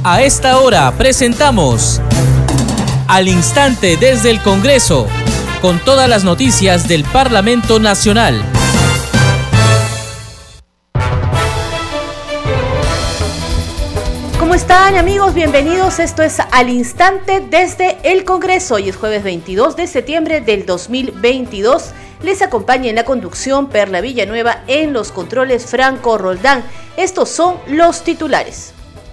A esta hora presentamos Al Instante desde el Congreso, con todas las noticias del Parlamento Nacional. ¿Cómo están, amigos? Bienvenidos. Esto es Al Instante desde el Congreso. Hoy es jueves 22 de septiembre del 2022. Les acompaña en la conducción Perla Villanueva, en los controles Franco Roldán. Estos son los titulares.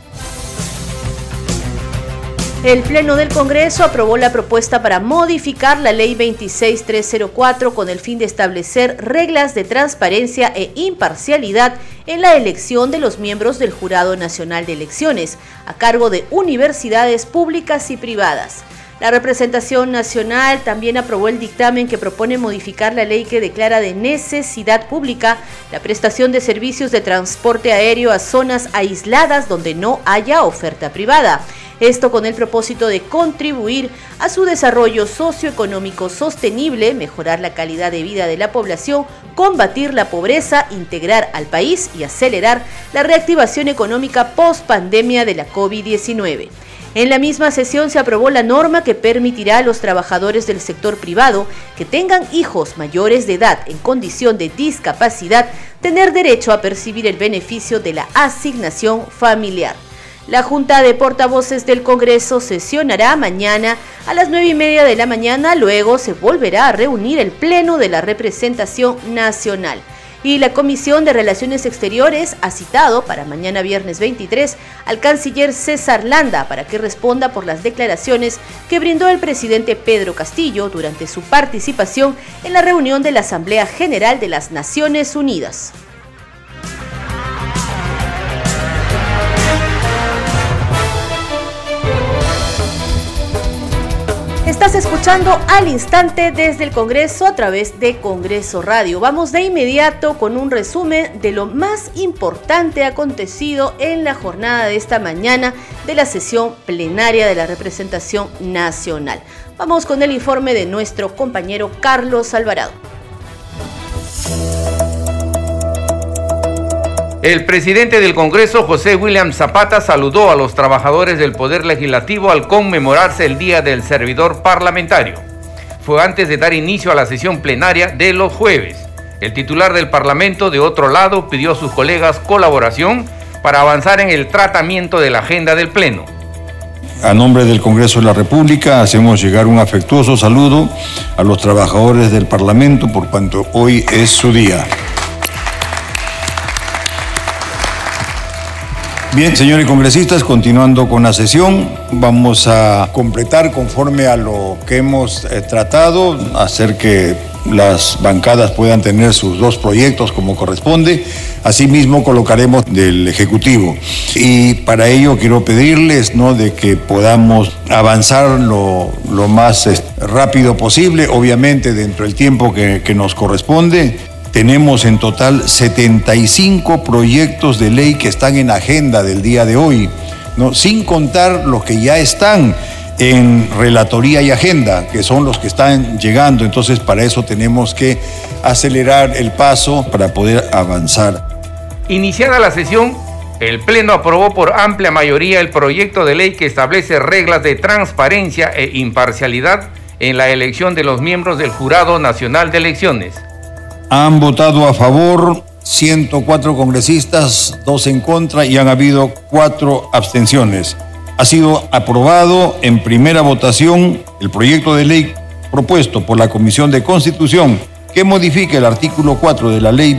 El Pleno del Congreso aprobó la propuesta para modificar la Ley 26304 con el fin de establecer reglas de transparencia e imparcialidad en la elección de los miembros del Jurado Nacional de Elecciones, a cargo de universidades públicas y privadas. La representación nacional también aprobó el dictamen que propone modificar la ley que declara de necesidad pública la prestación de servicios de transporte aéreo a zonas aisladas donde no haya oferta privada. Esto con el propósito de contribuir a su desarrollo socioeconómico sostenible, mejorar la calidad de vida de la población, combatir la pobreza, integrar al país y acelerar la reactivación económica post-pandemia de la COVID-19. En la misma sesión se aprobó la norma que permitirá a los trabajadores del sector privado que tengan hijos mayores de edad en condición de discapacidad tener derecho a percibir el beneficio de la asignación familiar. La Junta de Portavoces del Congreso sesionará mañana a las 9:30 de la mañana, luego se volverá a reunir el Pleno de la Representación Nacional. Y la Comisión de Relaciones Exteriores ha citado para mañana viernes 23 al canciller César Landa para que responda por las declaraciones que brindó el presidente Pedro Castillo durante su participación en la reunión de la Asamblea General de las Naciones Unidas. Estás escuchando Al Instante desde el Congreso a través de Congreso Radio. Vamos de inmediato con un resumen de lo más importante acontecido en la jornada de esta mañana de la sesión plenaria de la Representación Nacional. Vamos con el informe de nuestro compañero Carlos Alvarado. El presidente del Congreso, José William Zapata, saludó a los trabajadores del Poder Legislativo al conmemorarse el Día del Servidor Parlamentario. Fue antes de dar inicio a la sesión plenaria de los jueves. El titular del Parlamento, de otro lado, pidió a sus colegas colaboración para avanzar en el tratamiento de la agenda del Pleno. A nombre del Congreso de la República, hacemos llegar un afectuoso saludo a los trabajadores del Parlamento por cuanto hoy es su día. Bien, señores congresistas, continuando con la sesión, vamos a completar conforme a lo que hemos tratado, hacer que las bancadas puedan tener sus dos proyectos como corresponde. Asimismo, colocaremos del Ejecutivo. Y para ello quiero pedirles, de que podamos avanzar lo más rápido posible, obviamente dentro del tiempo que nos corresponde. Tenemos en total 75 proyectos de ley que están en agenda del día de hoy, sin contar los que ya están en relatoría y agenda, que son los que están llegando. Entonces, para eso tenemos que acelerar el paso para poder avanzar. Iniciada la sesión, el Pleno aprobó por amplia mayoría el proyecto de ley que establece reglas de transparencia e imparcialidad en la elección de los miembros del Jurado Nacional de Elecciones. Han votado a favor 104 congresistas, 2 en contra y han habido 4 abstenciones. Ha sido aprobado en primera votación el proyecto de ley propuesto por la Comisión de Constitución que modifica el artículo 4 de la Ley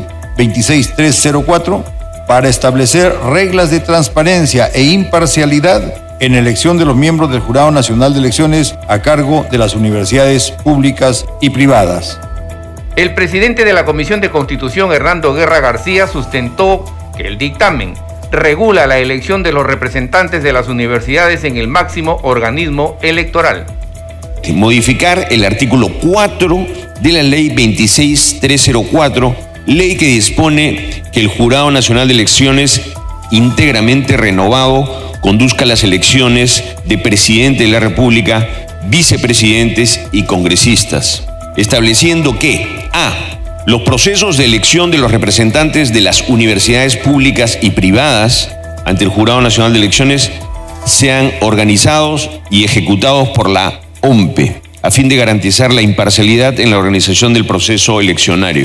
26304 para establecer reglas de transparencia e imparcialidad en elección de los miembros del Jurado Nacional de Elecciones a cargo de las universidades públicas y privadas. El presidente de la Comisión de Constitución, Hernando Guerra García, sustentó que el dictamen regula la elección de los representantes de las universidades en el máximo organismo electoral. Modificar el artículo 4 de la Ley 26304, ley que dispone que el Jurado Nacional de Elecciones, íntegramente renovado, conduzca las elecciones de presidente de la República, vicepresidentes y congresistas, estableciendo que a. Los procesos de elección de los representantes de las universidades públicas y privadas ante el Jurado Nacional de Elecciones sean organizados y ejecutados por la OMPE, a fin de garantizar la imparcialidad en la organización del proceso eleccionario.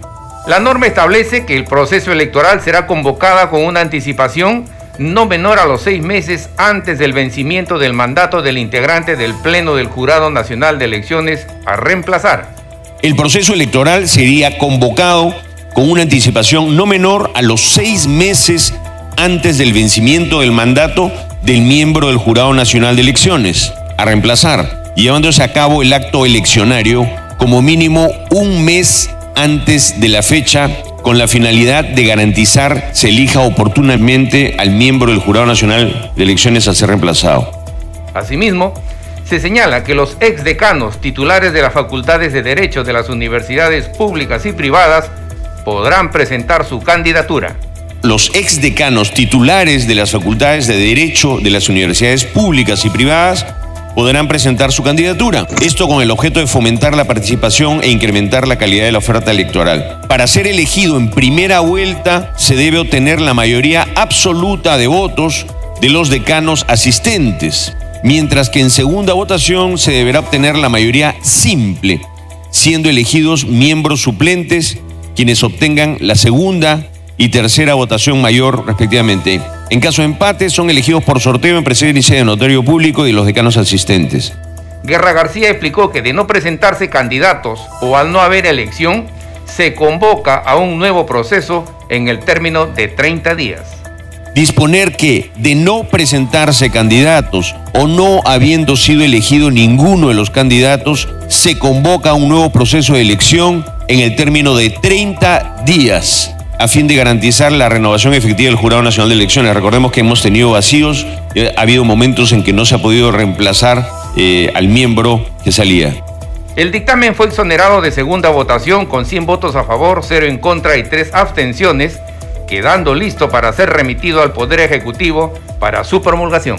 La norma establece que el proceso electoral será convocada con una anticipación no menor a los 6 meses antes del vencimiento del mandato del integrante del Pleno del Jurado Nacional de Elecciones a reemplazar. El proceso electoral sería convocado con una anticipación no menor a los 6 meses antes del vencimiento del mandato del miembro del Jurado Nacional de Elecciones a reemplazar, llevándose a cabo el acto eleccionario como mínimo 1 mes antes de la fecha, con la finalidad de garantizar se elija oportunamente al miembro del Jurado Nacional de Elecciones a ser reemplazado. Asimismo, se señala que los exdecanos titulares de las facultades de Derecho de las universidades públicas y privadas podrán presentar su candidatura. Los exdecanos titulares de las facultades de Derecho de las universidades públicas y privadas podrán presentar su candidatura. Esto con el objeto de fomentar la participación e incrementar la calidad de la oferta electoral. Para ser elegido en primera vuelta se debe obtener la mayoría absoluta de votos de los decanos asistentes, mientras que en segunda votación se deberá obtener la mayoría simple, siendo elegidos miembros suplentes quienes obtengan la segunda y tercera votación mayor respectivamente. En caso de empate son elegidos por sorteo en presencia de notario público y los decanos asistentes. Guerra García explicó que de no presentarse candidatos o al no haber elección, se convoca a un nuevo proceso en el término de 30 días. Disponer que, de no presentarse candidatos o no habiendo sido elegido ninguno de los candidatos, se convoca a un nuevo proceso de elección en el término de 30 días, a fin de garantizar la renovación efectiva del Jurado Nacional de Elecciones. Recordemos que hemos tenido vacíos, ha habido momentos en que no se ha podido reemplazar al miembro que salía. El dictamen fue exonerado de segunda votación con 100 votos a favor, 0 en contra y 3 abstenciones, quedando listo para ser remitido al Poder Ejecutivo para su promulgación.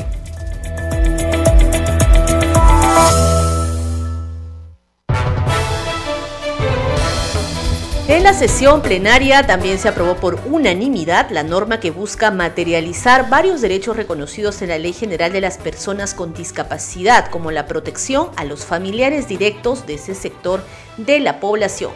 En la sesión plenaria también se aprobó por unanimidad la norma que busca materializar varios derechos reconocidos en la Ley General de las Personas con Discapacidad, como la protección a los familiares directos de ese sector de la población.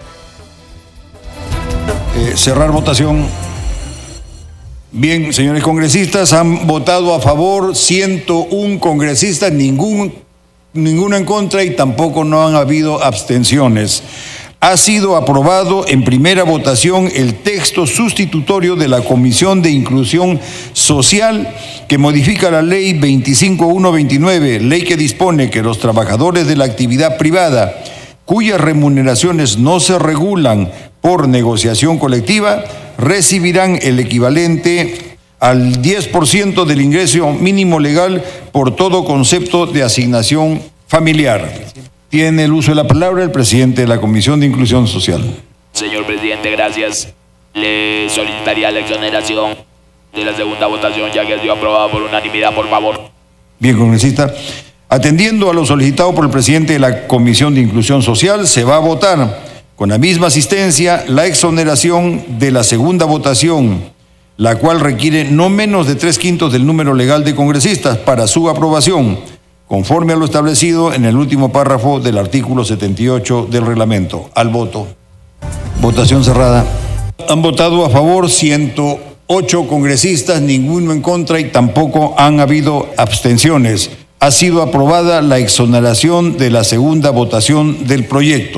Cerrar votación. Bien, señores congresistas, han votado a favor 101 congresistas, ninguno en contra y tampoco no han habido abstenciones. Ha sido aprobado en primera votación el texto sustitutorio de la Comisión de Inclusión Social que modifica la Ley 25129, ley que dispone que los trabajadores de la actividad privada cuyas remuneraciones no se regulan por negociación colectiva recibirán el equivalente al 10% del ingreso mínimo legal por todo concepto de asignación familiar. Tiene el uso de la palabra el presidente de la Comisión de Inclusión Social. Señor presidente, gracias. Le solicitaría la exoneración de la segunda votación, ya que ha sido aprobada por unanimidad, por favor. Bien, congresista. Atendiendo a lo solicitado por el presidente de la Comisión de Inclusión Social, se va a votar con la misma asistencia la exoneración de la segunda votación, la cual requiere no menos de 3/5 del número legal de congresistas para su aprobación, conforme a lo establecido en el último párrafo del artículo 78 del reglamento. Al voto. Votación cerrada. Han votado a favor 108 congresistas, ninguno en contra y tampoco han habido abstenciones. Ha sido aprobada la exoneración de la segunda votación del proyecto.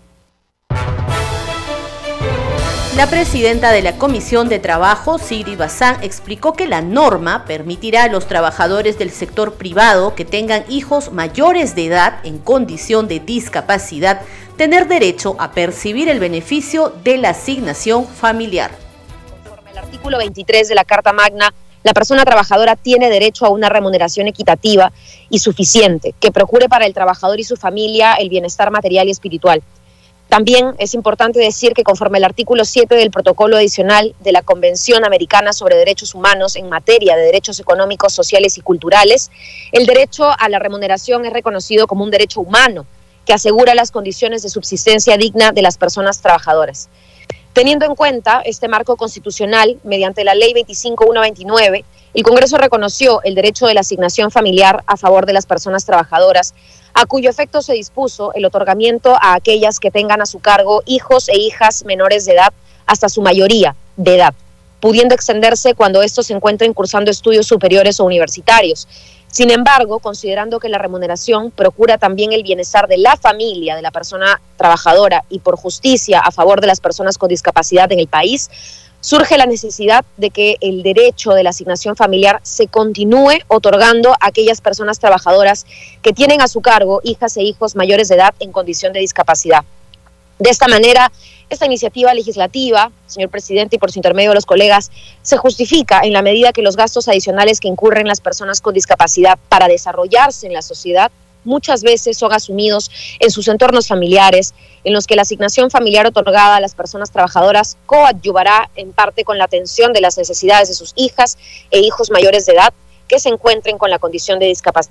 La presidenta de la Comisión de Trabajo, Sigrid Bazán, explicó que la norma permitirá a los trabajadores del sector privado que tengan hijos mayores de edad en condición de discapacidad tener derecho a percibir el beneficio de la asignación familiar. Conforme al artículo 23 de la Carta Magna, la persona trabajadora tiene derecho a una remuneración equitativa y suficiente que procure para el trabajador y su familia el bienestar material y espiritual. También es importante decir que conforme al artículo 7 del protocolo adicional de la Convención Americana sobre Derechos Humanos en materia de derechos económicos, sociales y culturales, el derecho a la remuneración es reconocido como un derecho humano que asegura las condiciones de subsistencia digna de las personas trabajadoras. Teniendo en cuenta este marco constitucional, mediante la Ley 25.129, el Congreso reconoció el derecho de la asignación familiar a favor de las personas trabajadoras, a cuyo efecto se dispuso el otorgamiento a aquellas que tengan a su cargo hijos e hijas menores de edad hasta su mayoría de edad, pudiendo extenderse cuando estos se encuentren cursando estudios superiores o universitarios. Sin embargo, considerando que la remuneración procura también el bienestar de la familia, de la persona trabajadora y por justicia a favor de las personas con discapacidad en el país, surge la necesidad de que el derecho de la asignación familiar se continúe otorgando a aquellas personas trabajadoras que tienen a su cargo hijas e hijos mayores de edad en condición de discapacidad. De esta manera, esta iniciativa legislativa, señor presidente, y por su intermedio de los colegas, se justifica en la medida que los gastos adicionales que incurren las personas con discapacidad para desarrollarse en la sociedad muchas veces son asumidos en sus entornos familiares, en los que la asignación familiar otorgada a las personas trabajadoras coadyuvará en parte con la atención de las necesidades de sus hijas e hijos mayores de edad que se encuentren con la condición de discapacidad.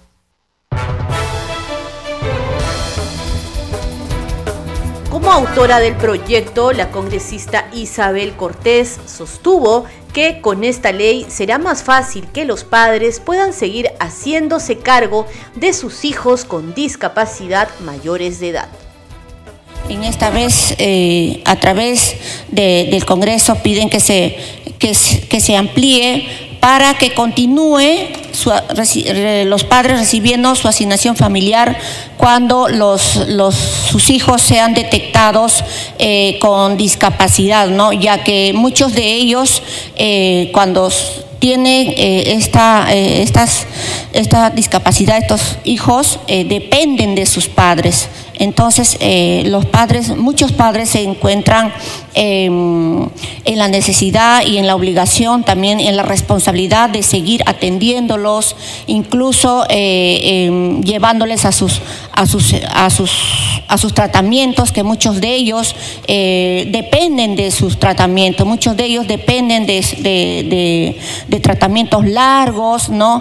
Como autora del proyecto, la congresista Isabel Cortés sostuvo que con esta ley será más fácil que los padres puedan seguir haciéndose cargo de sus hijos con discapacidad mayores de edad. En esta vez, a través del Congreso, piden que se amplíe para que continúe los padres recibiendo su asignación familiar cuando sus hijos sean detectados con discapacidad, ¿no? Ya que muchos de ellos cuando tienen esta discapacidad, estos hijos dependen de sus padres. Entonces, muchos padres se encuentran en la necesidad y en la obligación, también en la responsabilidad de seguir atendiéndolos, incluso llevándoles a sus tratamientos, que muchos de ellos dependen de sus tratamientos, muchos de ellos dependen de tratamientos largos, ¿no?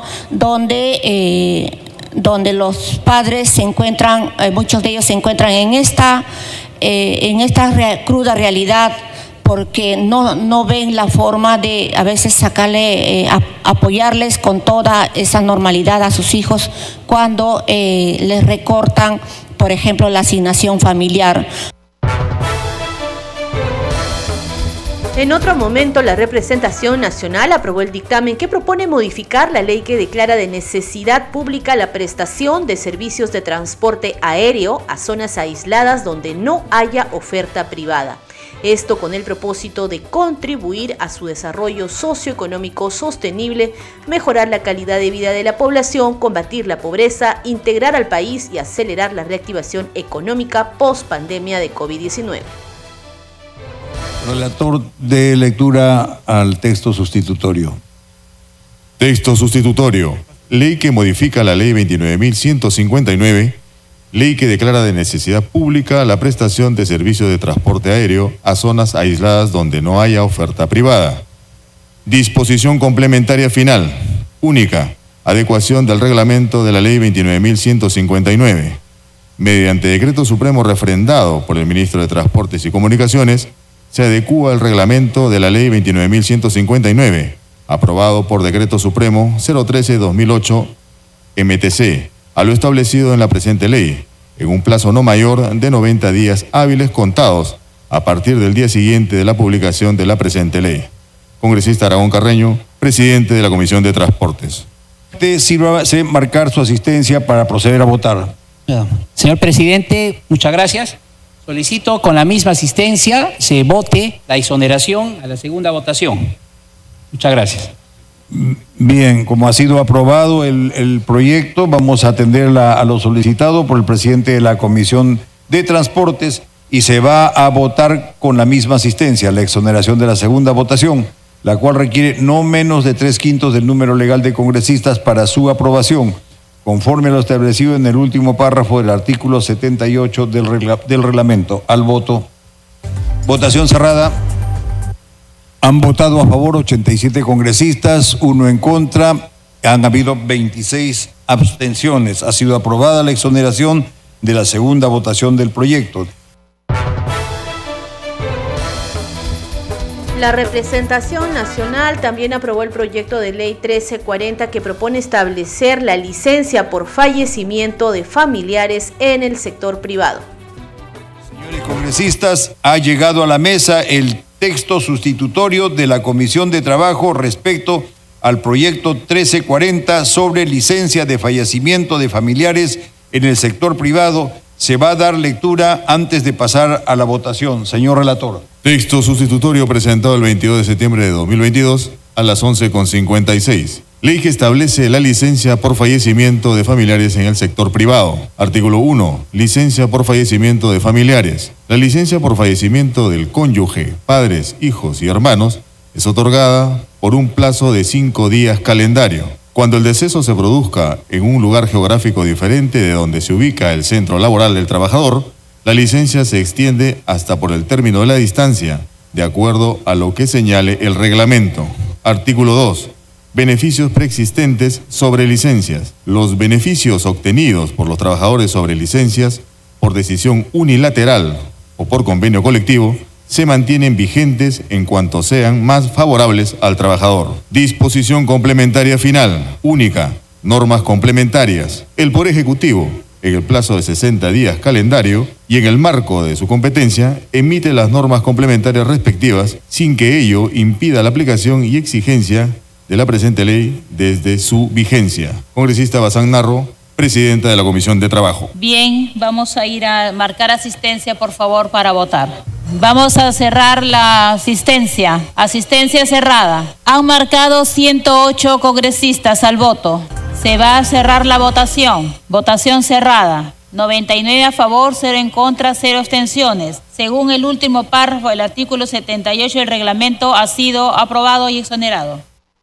Donde los padres se encuentran, muchos de ellos se encuentran en esta cruda realidad, porque no ven la forma de a veces apoyarles con toda esa normalidad a sus hijos cuando les recortan, por ejemplo, la asignación familiar. En otro momento, la representación nacional aprobó el dictamen que propone modificar la ley que declara de necesidad pública la prestación de servicios de transporte aéreo a zonas aisladas donde no haya oferta privada. Esto con el propósito de contribuir a su desarrollo socioeconómico sostenible, mejorar la calidad de vida de la población, combatir la pobreza, integrar al país y acelerar la reactivación económica post-pandemia de COVID-19. Relator de lectura al texto sustitutorio. Texto sustitutorio. Ley que modifica la Ley 29.159, ley que declara de necesidad pública la prestación de servicios de transporte aéreo a zonas aisladas donde no haya oferta privada. Disposición complementaria final. Única. Adecuación del reglamento de la Ley 29.159. Mediante decreto supremo refrendado por el ministro de Transportes y Comunicaciones, se adecúa el reglamento de la Ley 29.159, aprobado por Decreto Supremo 013-2008 MTC, a lo establecido en la presente ley, en un plazo no mayor de 90 días hábiles contados a partir del día siguiente de la publicación de la presente ley. Congresista Aragón Carreño, presidente de la Comisión de Transportes. Sírvase marcar su asistencia para proceder a votar. Señor presidente, muchas gracias. Solicito con la misma asistencia se vote la exoneración a la segunda votación. Muchas gracias. Bien, como ha sido aprobado el proyecto, vamos a atender a lo solicitado por el presidente de la Comisión de Transportes y se va a votar con la misma asistencia, la exoneración de la segunda votación, la cual requiere no menos de 3/5 del número legal de congresistas para su aprobación, conforme a lo establecido en el último párrafo del artículo 78 del reglamento. Al voto. Votación cerrada. Han votado a favor 87 congresistas, 1 en contra. Han habido 26 abstenciones. Ha sido aprobada la exoneración de la segunda votación del proyecto. La representación nacional también aprobó el proyecto de ley 1340 que propone establecer la licencia por fallecimiento de familiares en el sector privado. Señores congresistas, ha llegado a la mesa el texto sustitutorio de la Comisión de Trabajo respecto al proyecto 1340 sobre licencia de fallecimiento de familiares en el sector privado. Se va a dar lectura antes de pasar a la votación. Señor relator. Texto sustitutorio presentado el 22 de septiembre de 2022 a las 11:56. Ley que establece la licencia por fallecimiento de familiares en el sector privado. Artículo 1. Licencia por fallecimiento de familiares. La licencia por fallecimiento del cónyuge, padres, hijos y hermanos es otorgada por un plazo de 5 días calendario. Cuando el deceso se produzca en un lugar geográfico diferente de donde se ubica el centro laboral del trabajador, la licencia se extiende hasta por el término de la distancia, de acuerdo a lo que señale el reglamento. Artículo 2. Beneficios preexistentes sobre licencias. Los beneficios obtenidos por los trabajadores sobre licencias por decisión unilateral o por convenio colectivo se mantienen vigentes en cuanto sean más favorables al trabajador. Disposición complementaria final, única, normas complementarias. El Poder Ejecutivo, en el plazo de 60 días calendario y en el marco de su competencia, emite las normas complementarias respectivas sin que ello impida la aplicación y exigencia de la presente ley desde su vigencia. Congresista Bazán Narro, presidenta de la Comisión de Trabajo. Bien, vamos a ir a marcar asistencia, por favor, para votar. Vamos a cerrar la asistencia. Asistencia cerrada. Han marcado 108 congresistas al voto. Se va a cerrar la votación. Votación cerrada. 99 a favor, 0 en contra, 0 abstenciones. Según el último párrafo del artículo 78 del reglamento, ha sido aprobado y exonerado.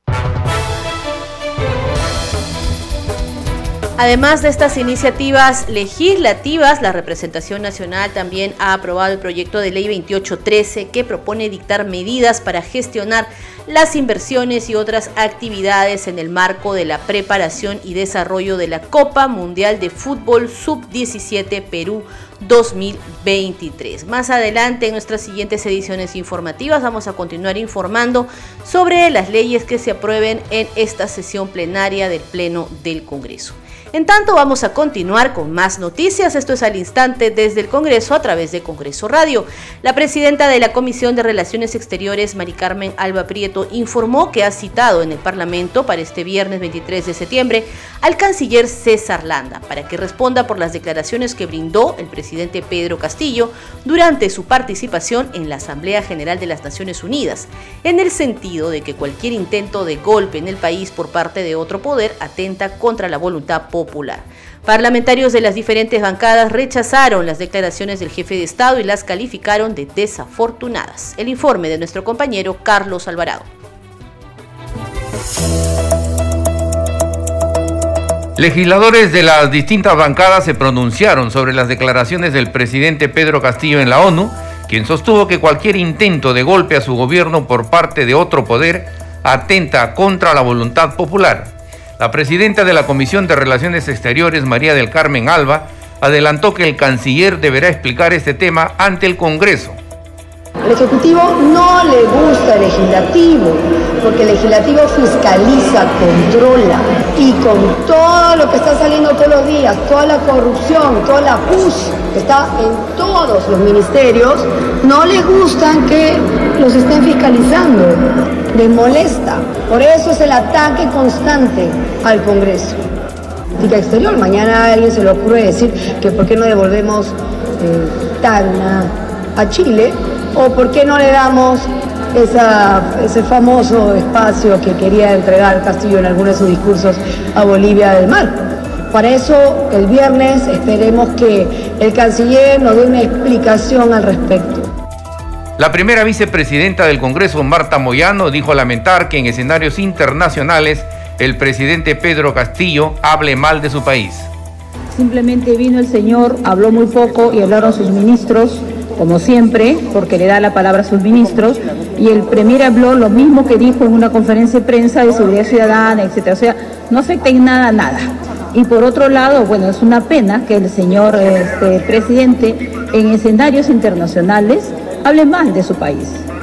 Además de estas iniciativas legislativas, la representación nacional también ha aprobado el proyecto de ley 2813 que propone dictar medidas para gestionar las inversiones y otras actividades en el marco de la preparación y desarrollo de la Copa Mundial de Fútbol Sub-17 Perú 2023. Más adelante en nuestras siguientes ediciones informativas vamos a continuar informando sobre las leyes que se aprueben en esta sesión plenaria del Pleno del Congreso. En tanto, vamos a continuar con más noticias. Esto es Al Instante desde el Congreso a través de Congreso Radio. La presidenta de la Comisión de Relaciones Exteriores, Mari Carmen Alba Prieto, informó que ha citado en el Parlamento para este viernes 23 de septiembre al canciller César Landa para que responda por las declaraciones que brindó el presidente Pedro Castillo durante su participación en la Asamblea General de las Naciones Unidas, en el sentido de que cualquier intento de golpe en el país por parte de otro poder atenta contra la voluntad popular. Parlamentarios de las diferentes bancadas rechazaron las declaraciones del jefe de Estado y las calificaron de desafortunadas. El informe de nuestro compañero Carlos Alvarado. Legisladores de las distintas bancadas se pronunciaron sobre las declaraciones del presidente Pedro Castillo en la ONU, quien sostuvo que cualquier intento de golpe a su gobierno por parte de otro poder atenta contra la voluntad popular. La presidenta de la Comisión de Relaciones Exteriores, María del Carmen Alba, adelantó que el canciller deberá explicar este tema ante el Congreso. Al Ejecutivo no le gusta el Legislativo, porque el Legislativo fiscaliza, controla, y con todo lo que está saliendo todos los días, toda la corrupción, toda la pus que está en todos los ministerios, no les gustan que los estén fiscalizando, les molesta. Por eso es el ataque constante al Congreso. Política exterior, mañana a alguien se le ocurre decir que por qué no devolvemos Tacna a Chile, o por qué no le damos ese famoso espacio que quería entregar Castillo en algunos de sus discursos a Bolivia del Mar. Para eso, el viernes esperemos que el canciller nos dé una explicación al respecto. La primera vicepresidenta del Congreso, Marta Moyano, dijo lamentar que en escenarios internacionales el presidente Pedro Castillo hable mal de su país. Simplemente vino el señor, habló muy poco y hablaron sus ministros, como siempre, porque le da la palabra a sus ministros, y el premier habló lo mismo que dijo en una conferencia de prensa de seguridad ciudadana, etcétera. O sea, no afecta en nada. Y por otro lado, bueno, es una pena que el señor presidente en escenarios internacionales hable mal de su país.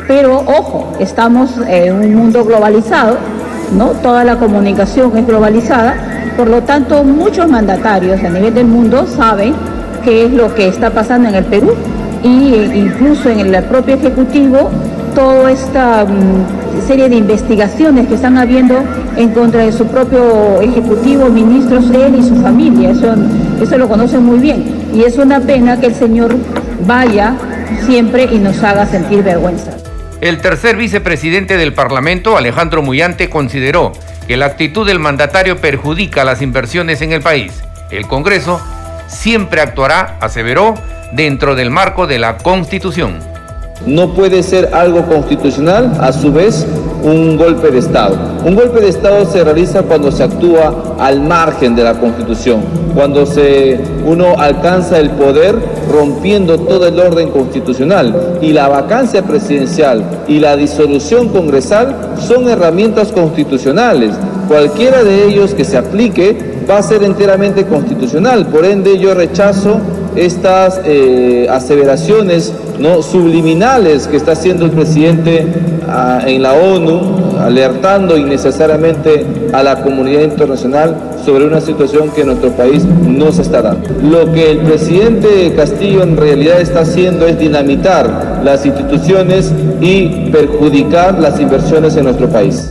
Pero ojo, estamos en un mundo globalizado, ¿no? Toda la comunicación es globalizada, por lo tanto muchos mandatarios a nivel del mundo saben qué es lo que está pasando en el Perú, y incluso en el propio Ejecutivo toda esta serie de investigaciones que están habiendo en contra de su propio Ejecutivo, ministros, él y su familia, eso lo conocen muy bien, y es una pena que el señor vaya siempre y nos haga sentir vergüenza. El tercer vicepresidente del Parlamento, Alejandro Mullante, consideró que la actitud del mandatario perjudica las inversiones en el país. El Congreso siempre actuará, aseveró, dentro del marco de la Constitución. No puede ser algo constitucional, a su vez, un golpe de Estado. Un golpe de Estado se realiza cuando se actúa al margen de la Constitución, cuando uno alcanza el poder rompiendo todo el orden constitucional. Y la vacancia presidencial y la disolución congresal son herramientas constitucionales. Cualquiera de ellos que se aplique va a ser enteramente constitucional. Por ende, yo rechazo estas aseveraciones, ¿no?, subliminales que está haciendo el presidente en la ONU, alertando innecesariamente a la comunidad internacional sobre una situación que en nuestro país no se está dando. Lo que el presidente Castillo en realidad está haciendo es dinamitar las instituciones y perjudicar las inversiones en nuestro país.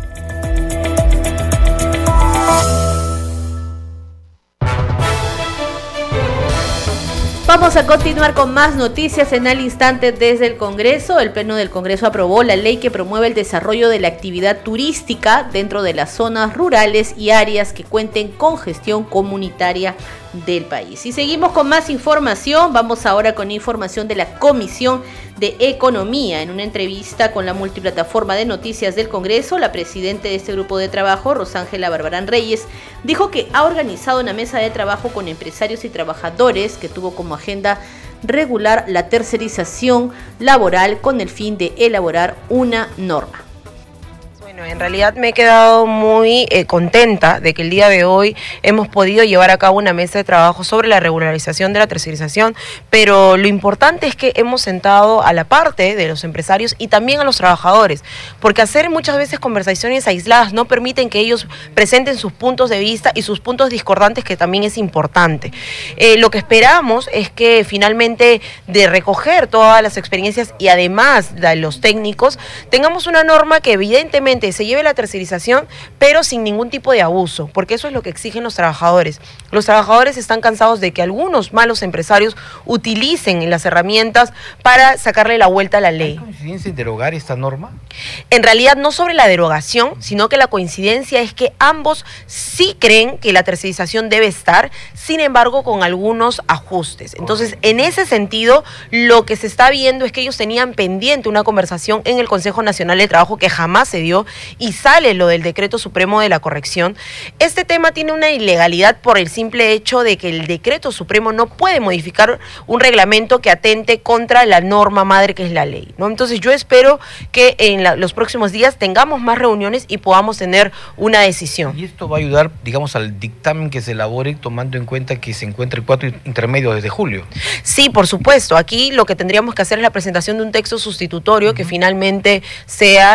Vamos a continuar con más noticias en Al Instante desde el Congreso. El Pleno del Congreso aprobó la ley que promueve el desarrollo de la actividad turística dentro de las zonas rurales y áreas que cuenten con gestión comunitaria del país. Y seguimos con más información. Vamos ahora con información de la Comisión de Economía. En una entrevista con la multiplataforma de noticias del Congreso, la presidenta de este grupo de trabajo, Rosángela Barbarán Reyes, dijo que ha organizado una mesa de trabajo con empresarios y trabajadores que tuvo como agenda regular la tercerización laboral con el fin de elaborar una norma. Bueno, en realidad me he quedado muy contenta de que el día de hoy hemos podido llevar a cabo una mesa de trabajo sobre la regularización de la tercerización, pero lo importante es que hemos sentado a la parte de los empresarios y también a los trabajadores, porque hacer muchas veces conversaciones aisladas no permiten que ellos presenten sus puntos de vista y sus puntos discordantes, que también es importante. Lo que esperamos es que finalmente, de recoger todas las experiencias y además de los técnicos, tengamos una norma que evidentemente se lleve la tercerización, pero sin ningún tipo de abuso, porque eso es lo que exigen los trabajadores. Los trabajadores están cansados de que algunos malos empresarios utilicen las herramientas para sacarle la vuelta a la ley. ¿Hay coincidencia en derogar esta norma? En realidad no sobre la derogación, sino que la coincidencia es que ambos sí creen que la tercerización debe estar, sin embargo con algunos ajustes. Entonces, en ese sentido, lo que se está viendo es que ellos tenían pendiente una conversación en el Consejo Nacional de Trabajo que jamás se dio, y sale lo del Decreto Supremo de la Corrección. Este tema tiene una ilegalidad por el simple hecho de que el Decreto Supremo no puede modificar un reglamento que atente contra la norma madre que es la ley, ¿no? Entonces yo espero que en los próximos días tengamos más reuniones y podamos tener una decisión. ¿Y esto va a ayudar, digamos, al dictamen que se elabore, tomando en cuenta que se encuentra el 4 intermedio desde julio? Sí, por supuesto. Aquí lo que tendríamos que hacer es la presentación de un texto sustitutorio que finalmente sea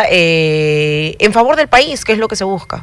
en favor del país, que es lo que se busca.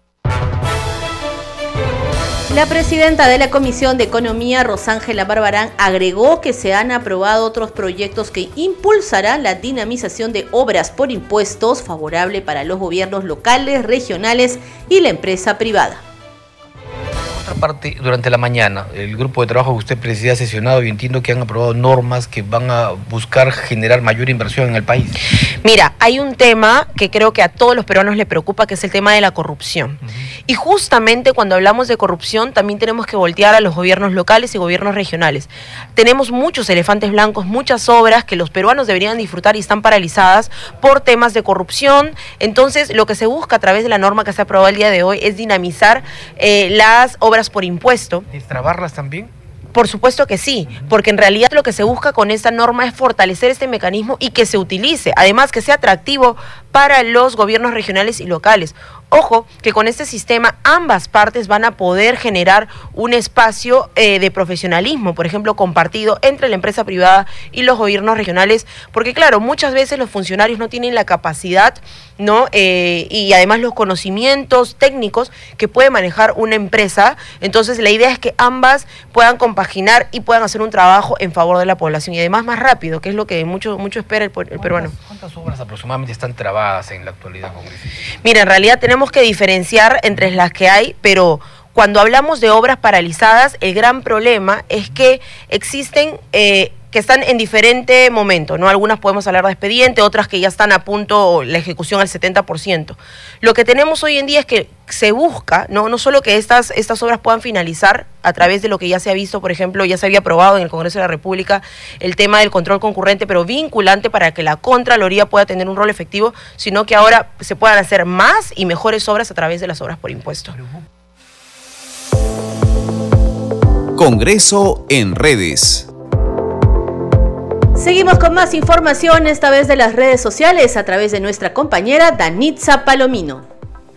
La presidenta de la Comisión de Economía, Rosángela Barbarán, agregó que se han aprobado otros proyectos que impulsarán la dinamización de obras por impuestos, favorable para los gobiernos locales, regionales y la empresa privada. Otra parte, durante la mañana, el grupo de trabajo que usted preside ha sesionado y entiendo que han aprobado normas que van a buscar generar mayor inversión en el país. Mira, hay un tema que creo que a todos los peruanos les preocupa, que es el tema de la corrupción. Y justamente cuando hablamos de corrupción también tenemos que voltear a los gobiernos locales y gobiernos regionales. Tenemos muchos elefantes blancos, muchas obras que los peruanos deberían disfrutar y están paralizadas por temas de corrupción. Entonces, lo que se busca a través de la norma que se aprobó el día de hoy es dinamizar las obras por impuesto. ¿Destrabarlas también? Por supuesto que sí, porque en realidad lo que se busca con esta norma es fortalecer este mecanismo y que se utilice, además que sea atractivo para los gobiernos regionales y locales. Ojo, que con este sistema ambas partes van a poder generar un espacio de profesionalismo, por ejemplo, compartido entre la empresa privada y los gobiernos regionales, porque claro, muchas veces los funcionarios no tienen la capacidad, ¿no? Y además los conocimientos técnicos que puede manejar una empresa. Entonces la idea es que ambas puedan compaginar y puedan hacer un trabajo en favor de la población y además más rápido, que es lo que mucho espera el peruano. ¿Cuántas obras aproximadamente están trabadas en la actualidad, congresista? Mira, en realidad tenemos que diferenciar entre las que hay, pero cuando hablamos de obras paralizadas, el gran problema es que existen que están en diferente momento, ¿no? Algunas podemos hablar de expediente, otras que ya están a punto, la ejecución al 70%. Lo que tenemos hoy en día es que se busca, no solo que estas obras puedan finalizar a través de lo que ya se ha visto, por ejemplo, ya se había aprobado en el Congreso de la República el tema del control concurrente, pero vinculante para que la Contraloría pueda tener un rol efectivo, sino que ahora se puedan hacer más y mejores obras a través de las obras por impuesto. Congreso en redes. Seguimos con más información, esta vez de las redes sociales, a través de nuestra compañera Danitza Palomino.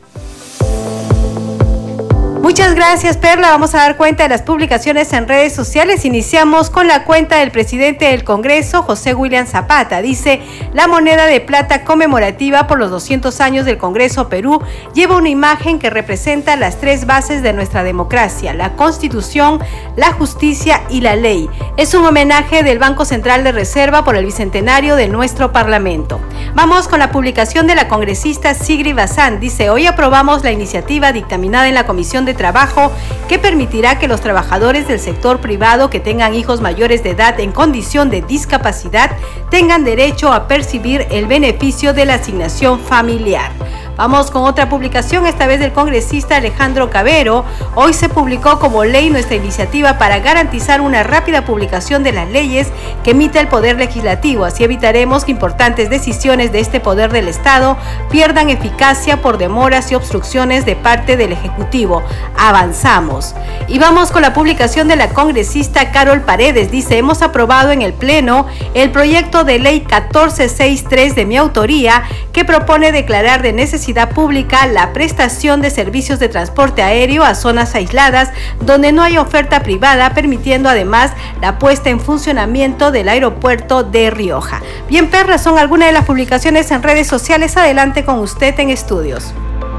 Muchas gracias, Perla. Vamos a dar cuenta de las publicaciones en redes sociales. Iniciamos con la cuenta del presidente del Congreso, José William Zapata. Dice: la moneda de plata conmemorativa por los 200 años del Congreso Perú lleva una imagen que representa las tres bases de nuestra democracia: la Constitución, la justicia y la ley. Es un homenaje del Banco Central de Reserva por el bicentenario de nuestro Parlamento. Vamos con la publicación de la congresista Sigrid Bazán. Dice: hoy aprobamos la iniciativa dictaminada en la Comisión de Trabajo que permitirá que los trabajadores del sector privado que tengan hijos mayores de edad en condición de discapacidad tengan derecho a percibir el beneficio de la asignación familiar. Vamos con otra publicación, esta vez del congresista Alejandro Cabero. Hoy se publicó como ley nuestra iniciativa para garantizar una rápida publicación de las leyes que emite el Poder Legislativo. Así evitaremos que importantes decisiones de este poder del Estado pierdan eficacia por demoras y obstrucciones de parte del Ejecutivo. Avanzamos. Y vamos con la publicación de la congresista Carol Paredes. Dice: hemos aprobado en el Pleno el proyecto de ley 1463 de mi autoría que propone declarar de necesidad pública la prestación de servicios de transporte aéreo a zonas aisladas donde no hay oferta privada, permitiendo además la puesta en funcionamiento del aeropuerto de Rioja. Bien, Perla, son algunas de las publicaciones en redes sociales. Adelante con usted en estudios.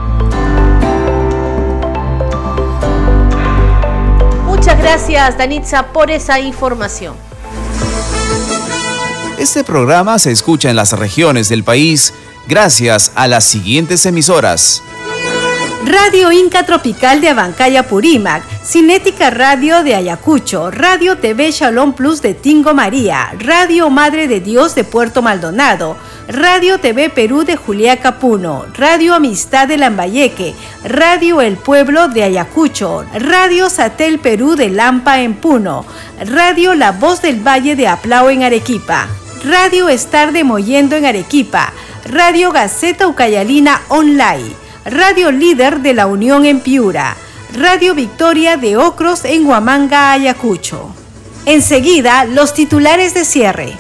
Muchas gracias, Danitza, por esa información. Este programa se escucha en las regiones del país gracias a las siguientes emisoras: Radio Inca Tropical de Abancaya, Purímac, Cinética Radio de Ayacucho, Radio TV Shalom Plus de Tingo María, Radio Madre de Dios de Puerto Maldonado, Radio TV Perú de Juliaca, Puno, Radio Amistad de Lambayeque, Radio El Pueblo de Ayacucho, Radio Satel Perú de Lampa en Puno, Radio La Voz del Valle de Aplao en Arequipa, Radio Estar de Mollendo en Arequipa, Radio Gaceta Ucayalina Online, Radio Líder de La Unión en Piura, Radio Victoria de Ocros en Huamanga, Ayacucho. Enseguida, los titulares de cierre.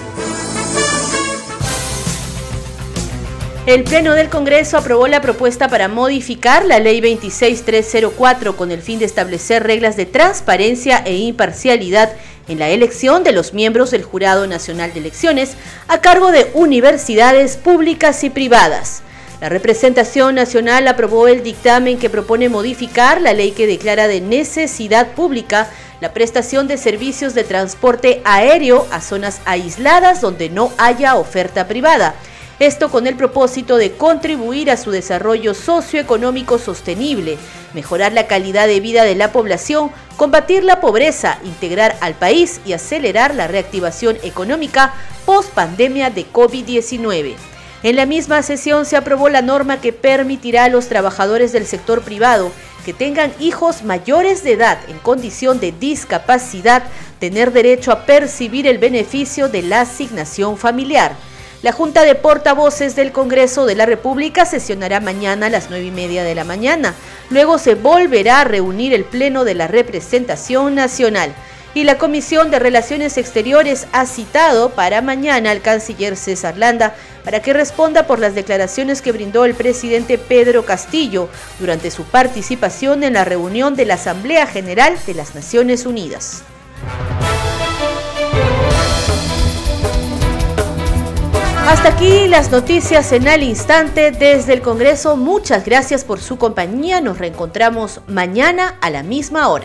El Pleno del Congreso aprobó la propuesta para modificar la Ley 26304 con el fin de establecer reglas de transparencia e imparcialidad en la elección de los miembros del Jurado Nacional de Elecciones a cargo de universidades públicas y privadas. La representación nacional aprobó el dictamen que propone modificar la ley que declara de necesidad pública la prestación de servicios de transporte aéreo a zonas aisladas donde no haya oferta privada. Esto con el propósito de contribuir a su desarrollo socioeconómico sostenible, mejorar la calidad de vida de la población, combatir la pobreza, integrar al país y acelerar la reactivación económica post-pandemia de COVID-19. En la misma sesión se aprobó la norma que permitirá a los trabajadores del sector privado que tengan hijos mayores de edad en condición de discapacidad tener derecho a percibir el beneficio de la asignación familiar. La Junta de Portavoces del Congreso de la República sesionará mañana a las 9:30 de la mañana. Luego se volverá a reunir el Pleno de la Representación Nacional. Y la Comisión de Relaciones Exteriores ha citado para mañana al canciller César Landa para que responda por las declaraciones que brindó el presidente Pedro Castillo durante su participación en la reunión de la Asamblea General de las Naciones Unidas. Hasta aquí las noticias en al instante desde el Congreso. Muchas gracias por su compañía. Nos reencontramos mañana a la misma hora.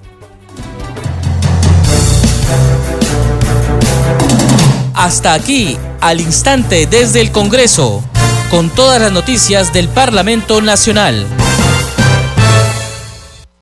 Hasta aquí, al instante desde el Congreso, con todas las noticias del Parlamento Nacional.